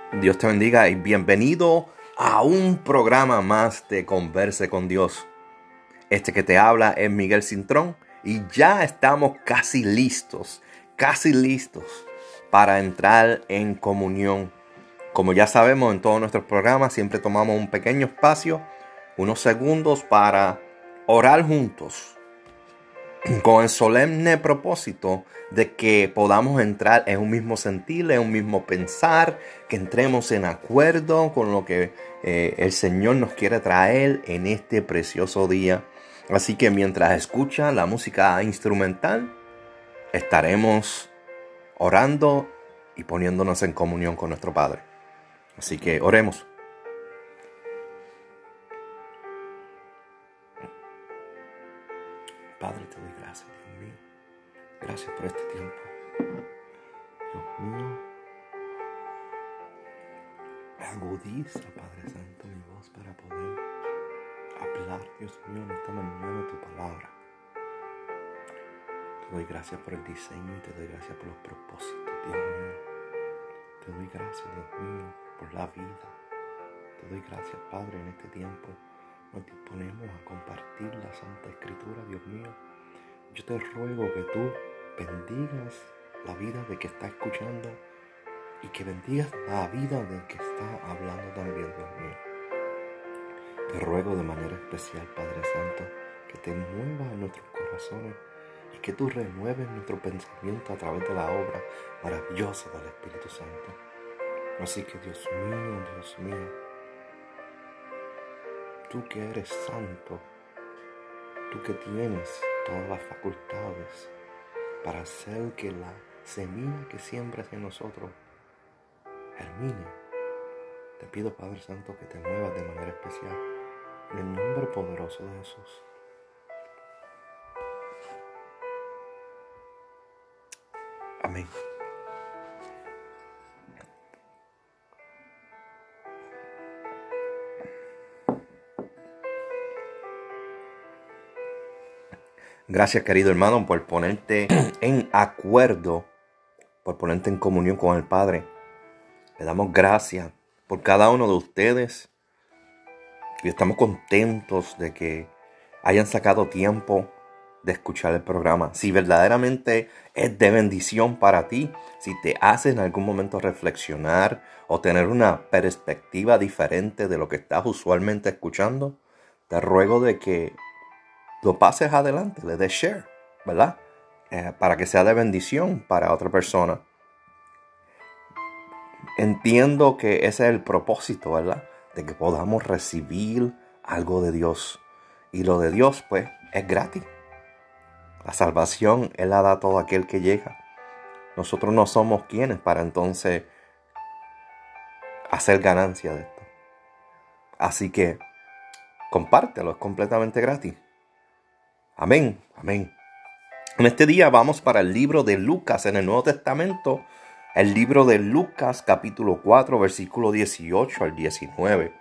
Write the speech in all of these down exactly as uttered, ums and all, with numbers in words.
Dios te bendiga y bienvenido a un programa más de Converse con Dios. Este que te habla es Miguel Cintrón y ya estamos casi listos, casi listos para entrar en comunión. Como ya sabemos, en todos nuestros programas siempre tomamos un pequeño espacio, unos segundos para orar juntos, con el solemne propósito de que podamos entrar en un mismo sentir, en un mismo pensar, que entremos en acuerdo con lo que eh, el Señor nos quiere traer en este precioso día. Así que mientras escucha la música instrumental, estaremos orando y poniéndonos en comunión con nuestro Padre. Así que oremos. Padre, te doy gracias, Dios mío. Gracias por este tiempo. Dios mío, agudiza, Padre Santo, mi voz para poder hablar, Dios mío, en esta mañana tu palabra. Te doy gracias por el diseño y te doy gracias por los propósitos, Dios mío. Te doy gracias, Dios mío, por la vida. Te doy gracias, Padre, en este tiempo. Nos disponemos a compartir la Santa Escritura, Dios mío. Yo te ruego que tú bendigas la vida de que está escuchando y que bendigas la vida de que está hablando también, Dios mío. Te ruego de manera especial, Padre Santo, que te muevas en nuestros corazones y que tú renueves nuestro pensamiento a través de la obra maravillosa del Espíritu Santo. Así que, Dios mío, Dios mío, tú que eres santo, tú que tienes todas las facultades para hacer que la semilla que siembras en nosotros germine, te pido, Padre Santo, que te muevas de manera especial en el nombre poderoso de Jesús. Amén. Gracias, querido hermano, por ponerte en acuerdo, por ponerte en comunión con el Padre. Le damos gracias por cada uno de ustedes y estamos contentos de que hayan sacado tiempo de escuchar el programa. Si verdaderamente es de bendición para ti, si te hace en algún momento reflexionar o tener una perspectiva diferente de lo que estás usualmente escuchando, te ruego de que lo pases adelante, le des share, ¿verdad? Eh, para que sea de bendición para otra persona. Entiendo que ese es el propósito, ¿verdad? De que podamos recibir algo de Dios. Y lo de Dios, pues, es gratis. La salvación Él la da a todo aquel que llega. Nosotros no somos quienes para entonces hacer ganancia de esto. Así que compártelo, es completamente gratis. Amén, amén. En este día vamos para el libro de Lucas en el Nuevo Testamento. El libro de Lucas capítulo cuatro, versículo dieciocho al diecinueve.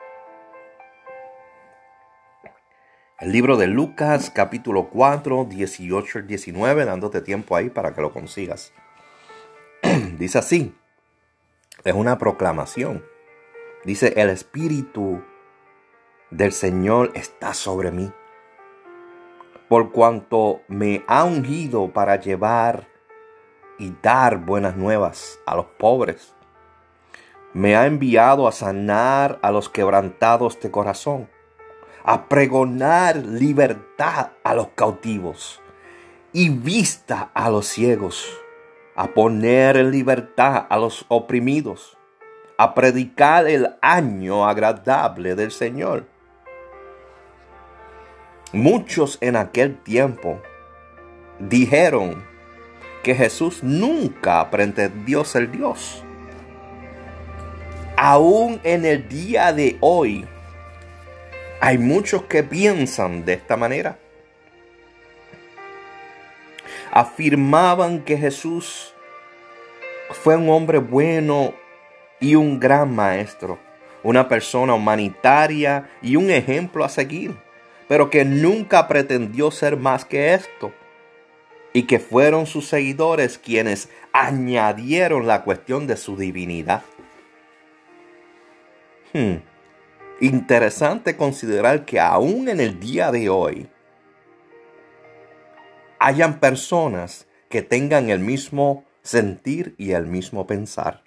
El libro de Lucas capítulo cuatro, dieciocho al diecinueve, dándote tiempo ahí para que lo consigas. Dice así, es una proclamación. Dice, el Espíritu del Señor está sobre mí, por cuanto me ha ungido para llevar y dar buenas nuevas a los pobres. Me ha enviado a sanar a los quebrantados de corazón, a pregonar libertad a los cautivos y vista a los ciegos, a poner en libertad a los oprimidos, a predicar el año agradable del Señor. Muchos en aquel tiempo dijeron que Jesús nunca pretendió ser Dios. Aún en el día de hoy, hay muchos que piensan de esta manera. Afirmaban que Jesús fue un hombre bueno y un gran maestro, una persona humanitaria y un ejemplo a seguir, pero que nunca pretendió ser más que esto, y que fueron sus seguidores quienes añadieron la cuestión de su divinidad. Hmm. Interesante considerar que aún en el día de hoy hayan personas que tengan el mismo sentir y el mismo pensar.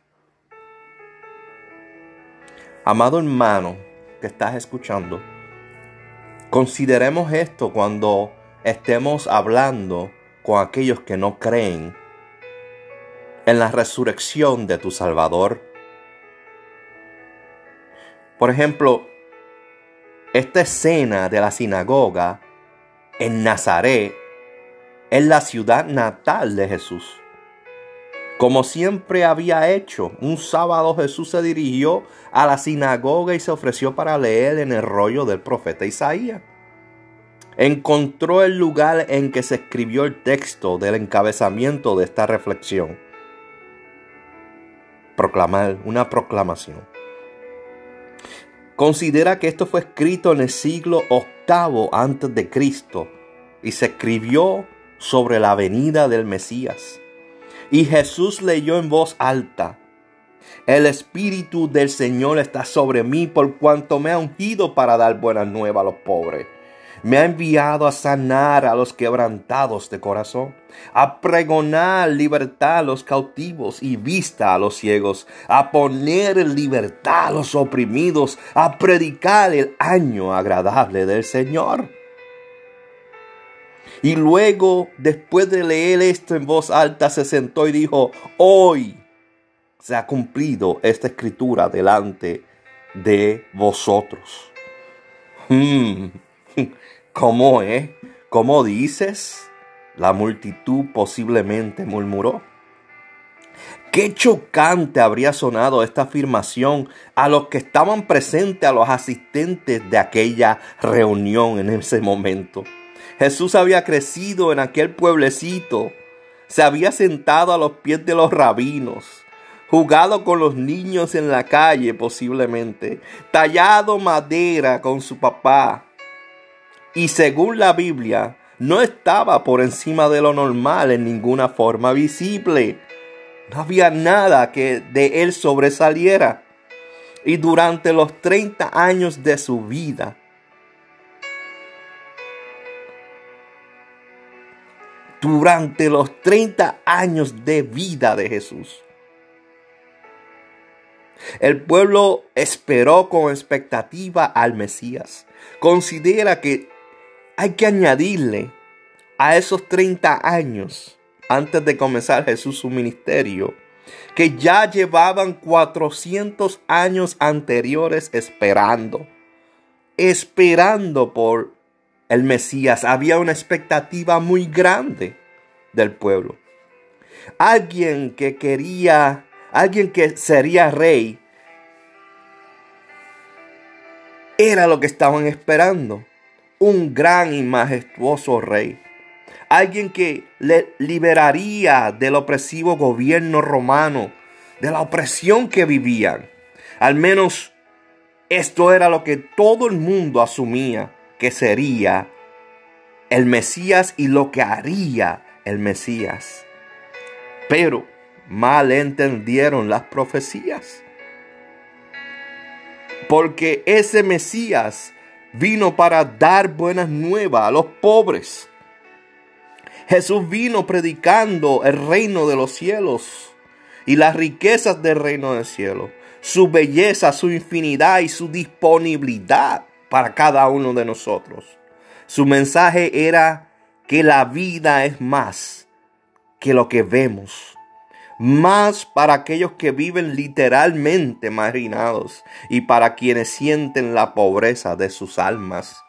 Amado hermano que estás escuchando, consideremos esto cuando estemos hablando con aquellos que no creen en la resurrección de tu Salvador. Por ejemplo, esta escena de la sinagoga en Nazaret es la ciudad natal de Jesús. Como siempre había hecho, un sábado Jesús se dirigió a la sinagoga y se ofreció para leer en el rollo del profeta Isaías. Encontró el lugar en que se escribió el texto del encabezamiento de esta reflexión. Proclamar, una proclamación. Considera que esto fue escrito en el siglo octavo antes de Cristo y se escribió sobre la venida del Mesías. Y Jesús leyó en voz alta: el Espíritu del Señor está sobre mí, por cuanto me ha ungido para dar buenas nuevas a los pobres. Me ha enviado a sanar a los quebrantados de corazón, a pregonar libertad a los cautivos y vista a los ciegos, a poner en libertad a los oprimidos, a predicar el año agradable del Señor. Y luego, después de leer esto en voz alta, se sentó y dijo: hoy se ha cumplido esta escritura delante de vosotros. Hmm. ¿Cómo es? ¿Cómo dices? La multitud posiblemente murmuró. Qué chocante habría sonado esta afirmación a los que estaban presentes, a los asistentes de aquella reunión en ese momento. Jesús había crecido en aquel pueblecito, se había sentado a los pies de los rabinos, jugado con los niños en la calle posiblemente, tallado madera con su papá. Y según la Biblia, no estaba por encima de lo normal en ninguna forma visible. No había nada que de él sobresaliera. Y durante los treinta años de su vida, durante los treinta años de vida de Jesús, el pueblo esperó con expectativa al Mesías. Considera que hay que añadirle a esos treinta años antes de comenzar Jesús su ministerio, que ya llevaban cuatrocientos años anteriores esperando, esperando por el Mesías. Había una expectativa muy grande del pueblo. Alguien que quería, alguien que sería rey, era lo que estaban esperando. Un gran y majestuoso rey. Alguien que le liberaría del opresivo gobierno romano, de la opresión que vivían. Al menos esto era lo que todo el mundo asumía que sería el Mesías y lo que haría el Mesías. Pero mal entendieron las profecías. Porque ese Mesías vino para dar buenas nuevas a los pobres. Jesús vino predicando el reino de los cielos y las riquezas del reino del cielo, su belleza, su infinidad y su disponibilidad para cada uno de nosotros. Su mensaje era que la vida es más que lo que vemos, más para aquellos que viven literalmente marginados y para quienes sienten la pobreza de sus almas.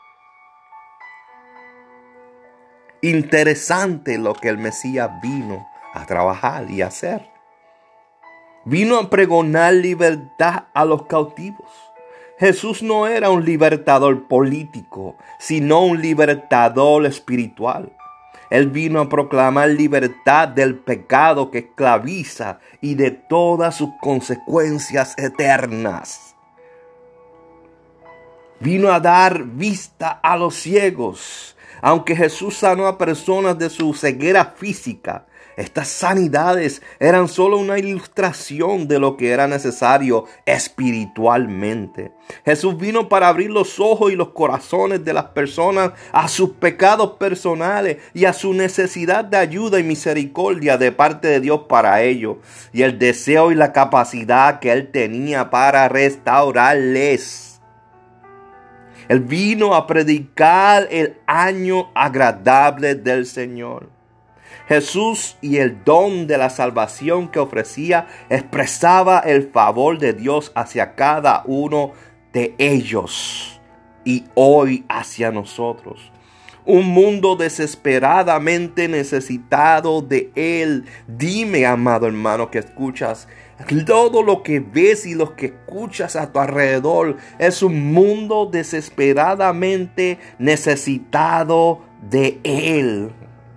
Interesante lo que el Mesías vino a trabajar y a hacer. Vino a pregonar libertad a los cautivos. Jesús no era un libertador político, sino un libertador espiritual. Él vino a proclamar libertad del pecado que esclaviza y de todas sus consecuencias eternas. Vino a dar vista a los ciegos, Aunque Jesús sanó a personas de su ceguera física, estas sanidades eran solo una ilustración de lo que era necesario espiritualmente. Jesús vino para abrir los ojos y los corazones de las personas a sus pecados personales y a su necesidad de ayuda y misericordia de parte de Dios para ellos, y el deseo y la capacidad que Él tenía para restaurarles. Él vino a predicar el año agradable del Señor. Jesús y el don de la salvación que ofrecía expresaba el favor de Dios hacia cada uno de ellos y hoy hacia nosotros. Un mundo desesperadamente necesitado de Él. Dime, amado hermano, que escuchas. Todo lo que ves y lo que escuchas a tu alrededor es un mundo desesperadamente necesitado de Él.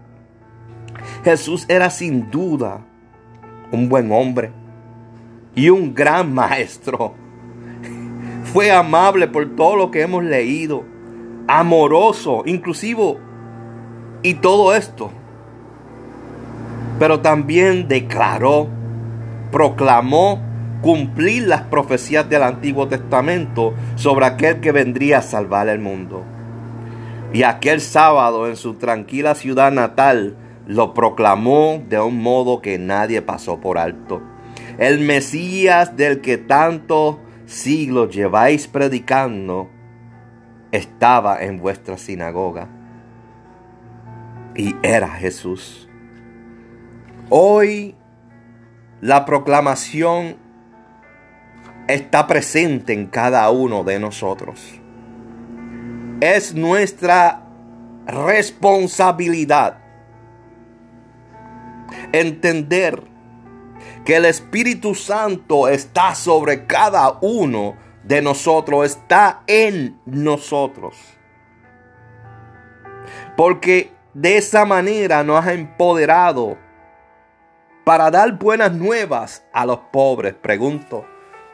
Jesús era sin duda un buen hombre y un gran maestro. Fue amable por todo lo que hemos leído, amoroso, inclusivo, y todo esto. Pero también declaró, proclamó cumplir las profecías del Antiguo Testamento sobre aquel que vendría a salvar el mundo. Y aquel sábado en su tranquila ciudad natal lo proclamó de un modo que nadie pasó por alto. El Mesías del que tantos siglos lleváis predicando estaba en vuestra sinagoga y era Jesús. Hoy la proclamación está presente en cada uno de nosotros. Es nuestra responsabilidad entender que el Espíritu Santo está sobre cada uno de nosotros, está en nosotros. Porque de esa manera nos ha empoderado para dar buenas nuevas a los pobres. Pregunto.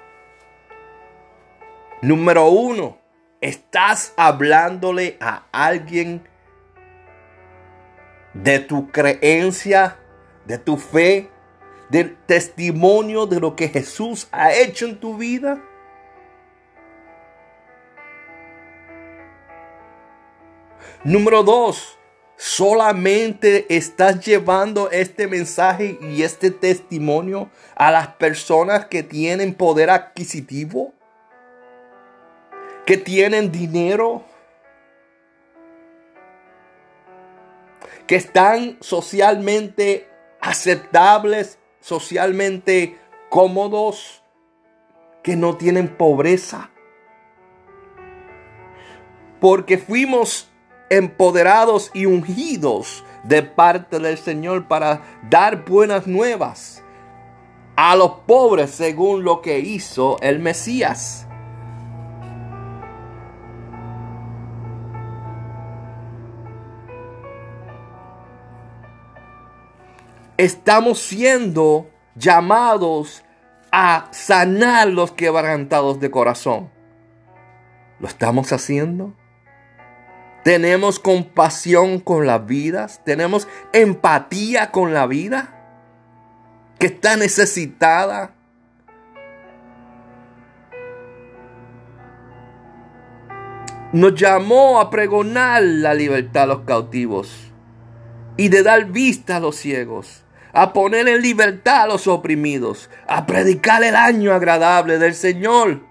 Número uno, ¿estás hablándole a alguien de tu creencia, de tu fe, del testimonio de lo que Jesús ha hecho en tu vida? Número dos, ¿solamente estás llevando este mensaje y este testimonio a las personas que tienen poder adquisitivo? ¿Que tienen dinero? ¿Que están socialmente aceptables, socialmente cómodos, que no tienen pobreza? Porque fuimos empoderados y ungidos de parte del Señor para dar buenas nuevas a los pobres según lo que hizo el Mesías. Estamos siendo llamados a sanar los quebrantados de corazón. ¿Lo estamos haciendo? ¿Tenemos compasión con las vidas? ¿Tenemos empatía con la vida que está necesitada? Nos llamó a pregonar la libertad a los cautivos y de dar vista a los ciegos, a poner en libertad a los oprimidos, a predicar el año agradable del Señor.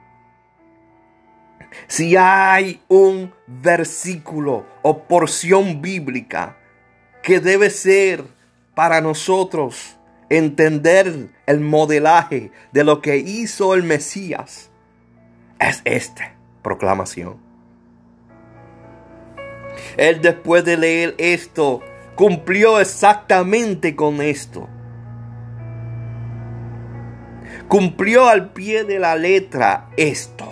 Si hay un versículo o porción bíblica que debe ser para nosotros entender el modelaje de lo que hizo el Mesías, es esta proclamación. Él, después de leer esto, cumplió exactamente con esto. Cumplió al pie de la letra esto.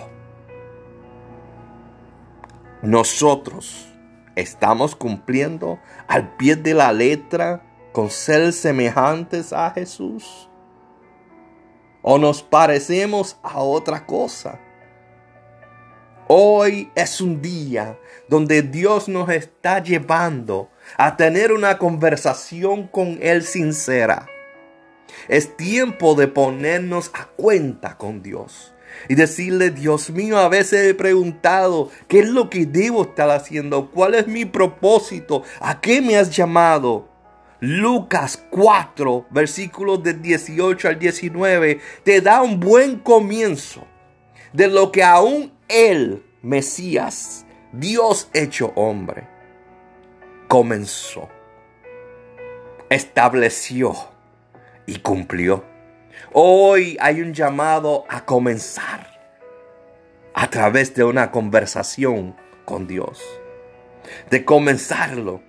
Nosotros estamos cumpliendo al pie de la letra con ser semejantes a Jesús, o nos parecemos a otra cosa. Hoy es un día donde Dios nos está llevando a tener una conversación con Él sincera. Es tiempo de ponernos a cuenta con Dios y decirle: Dios mío, a veces he preguntado, ¿qué es lo que debo estar haciendo? ¿Cuál es mi propósito? ¿A qué me has llamado? Lucas cuatro, versículos del dieciocho al diecinueve, te da un buen comienzo de lo que aún Él, Mesías, Dios hecho hombre, comenzó, estableció y cumplió. Hoy hay un llamado a comenzar a través de una conversación con Dios, de comenzarlo.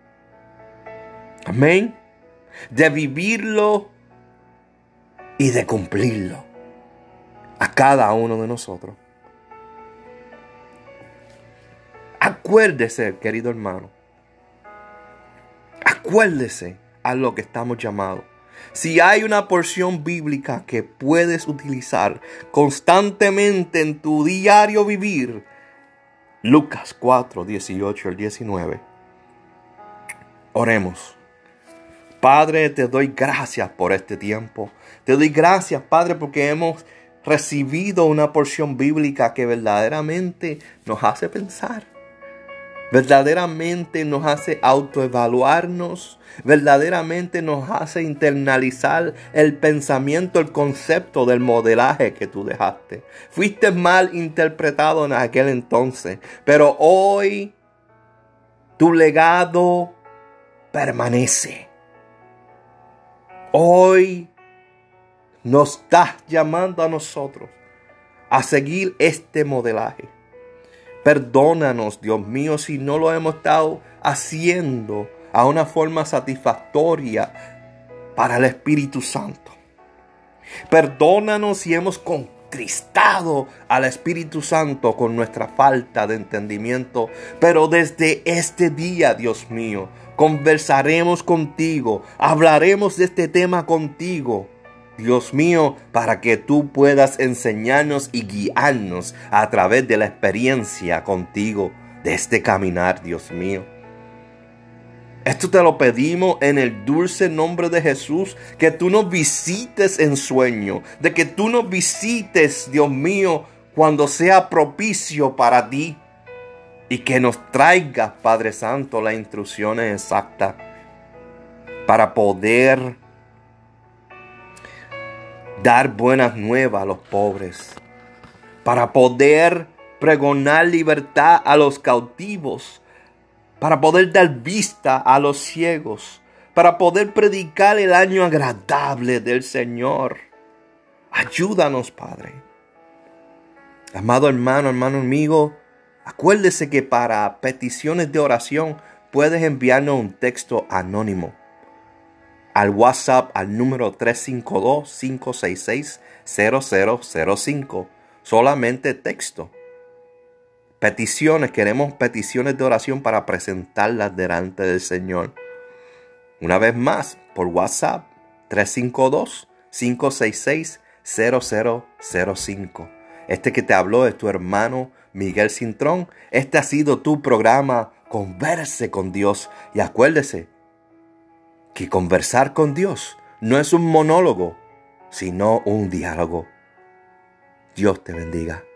Amén. De vivirlo y de cumplirlo a cada uno de nosotros. Acuérdese, querido hermano. Acuérdese a lo que estamos llamados. Si hay una porción bíblica que puedes utilizar constantemente en tu diario vivir, Lucas cuatro, dieciocho al diecinueve. Oremos. Padre, te doy gracias por este tiempo. Te doy gracias, Padre, porque hemos recibido una porción bíblica que verdaderamente nos hace pensar. Verdaderamente nos hace autoevaluarnos. Verdaderamente nos hace internalizar el pensamiento, el concepto del modelaje que tú dejaste. Fuiste mal interpretado en aquel entonces, pero hoy tu legado permanece. Hoy nos estás llamando a nosotros a seguir este modelaje. Perdónanos, Dios mío, si no lo hemos estado haciendo a una forma satisfactoria para el Espíritu Santo. Perdónanos si hemos contristado al Espíritu Santo con nuestra falta de entendimiento. Pero desde este día, Dios mío, conversaremos contigo, hablaremos de este tema contigo, Dios mío, para que tú puedas enseñarnos y guiarnos a través de la experiencia contigo de este caminar, Dios mío. Esto te lo pedimos en el dulce nombre de Jesús, que tú nos visites en sueño, de que tú nos visites, Dios mío, cuando sea propicio para ti, y que nos traigas, Padre Santo, las instrucciones exactas para poder dar buenas nuevas a los pobres, para poder pregonar libertad a los cautivos, para poder dar vista a los ciegos, para poder predicar el año agradable del Señor. Ayúdanos, Padre. Amado hermano, hermano amigo, acuérdese que para peticiones de oración puedes enviarnos un texto anónimo al WhatsApp al número tres cinco dos, cinco seis seis, cero cero cero cinco. Solamente texto. Peticiones, queremos peticiones de oración para presentarlas delante del Señor. Una vez más, por WhatsApp, tres cinco dos, cinco seis seis, cero cero cero cinco. Este que te habló es tu hermano Miguel Cintrón. Este ha sido tu programa Converse con Dios. Y acuérdese que conversar con Dios no es un monólogo, sino un diálogo. Dios te bendiga.